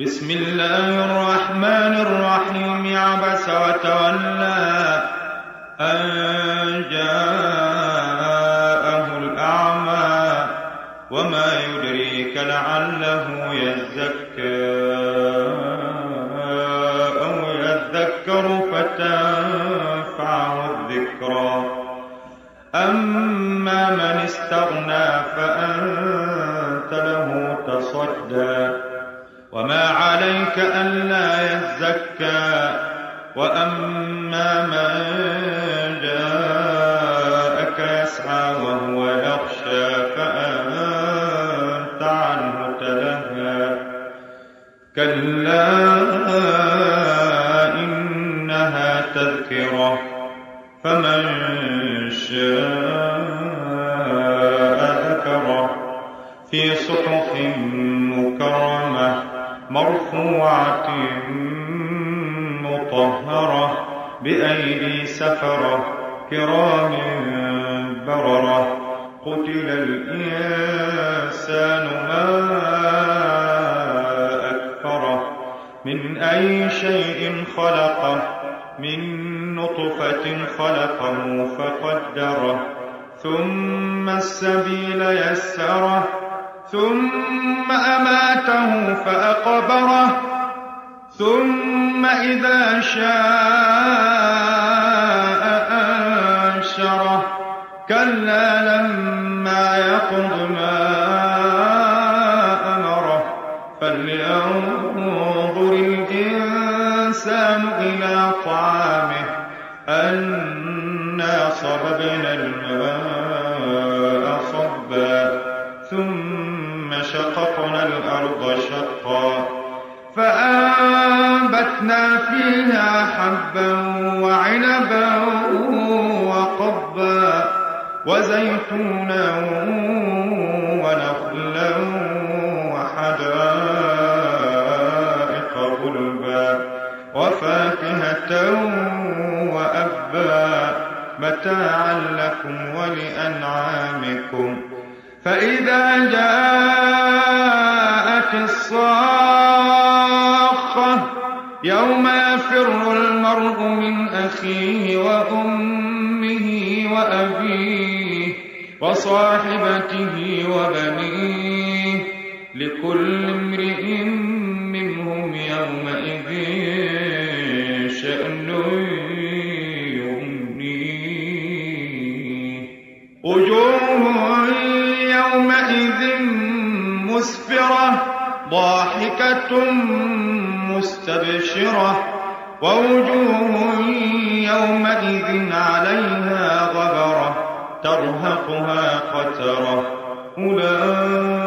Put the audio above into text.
بسم الله الرحمن الرحيم. عبس وتولى أن جاءه الأعمى وما يدريك لعله يزكى أو يذكر فتنفعه الذكرى. أما من استغنى فأنت له تصدى وما عليك ألا يزكى. وأما من جاءك يسعى وهو يخشى فأنت عنه تلهى. كلا إنها تذكرة فمن شاء ذكره في صحف مكرمة مرفوعة مطهرة بأيدي سفرة كرام بررة. قتل الإنسان ما أكفره من أي شيء خلقه من نطفة خلقه فقدره ثم السبيل يسره ثم أماته فأقبره ثم إذا شاء أنشره. كلا لما يقض ما أمره فلينظر الإنسان إلى طعامه أنا صببنا الماء صبا ثم شققنا الأرض شقا فأنبتنا فيها حبا وعنبا وقبا وزيتونا ونخلا وحدائق غلبا وفاكهة وأبا متاعا لكم ولأنعامكم. فإذا جاءت الصاخة يوم يفر المرء من أخيه وأمه وأبيه وصاحبته وبنيه لكل امرئ منهم يومئذ شأن يغنيه. وجوه يومئذ مسفرة ضاحكة مستبشرة ووجوه يومئذ عليها غبرة ترهقها قترة. أولئك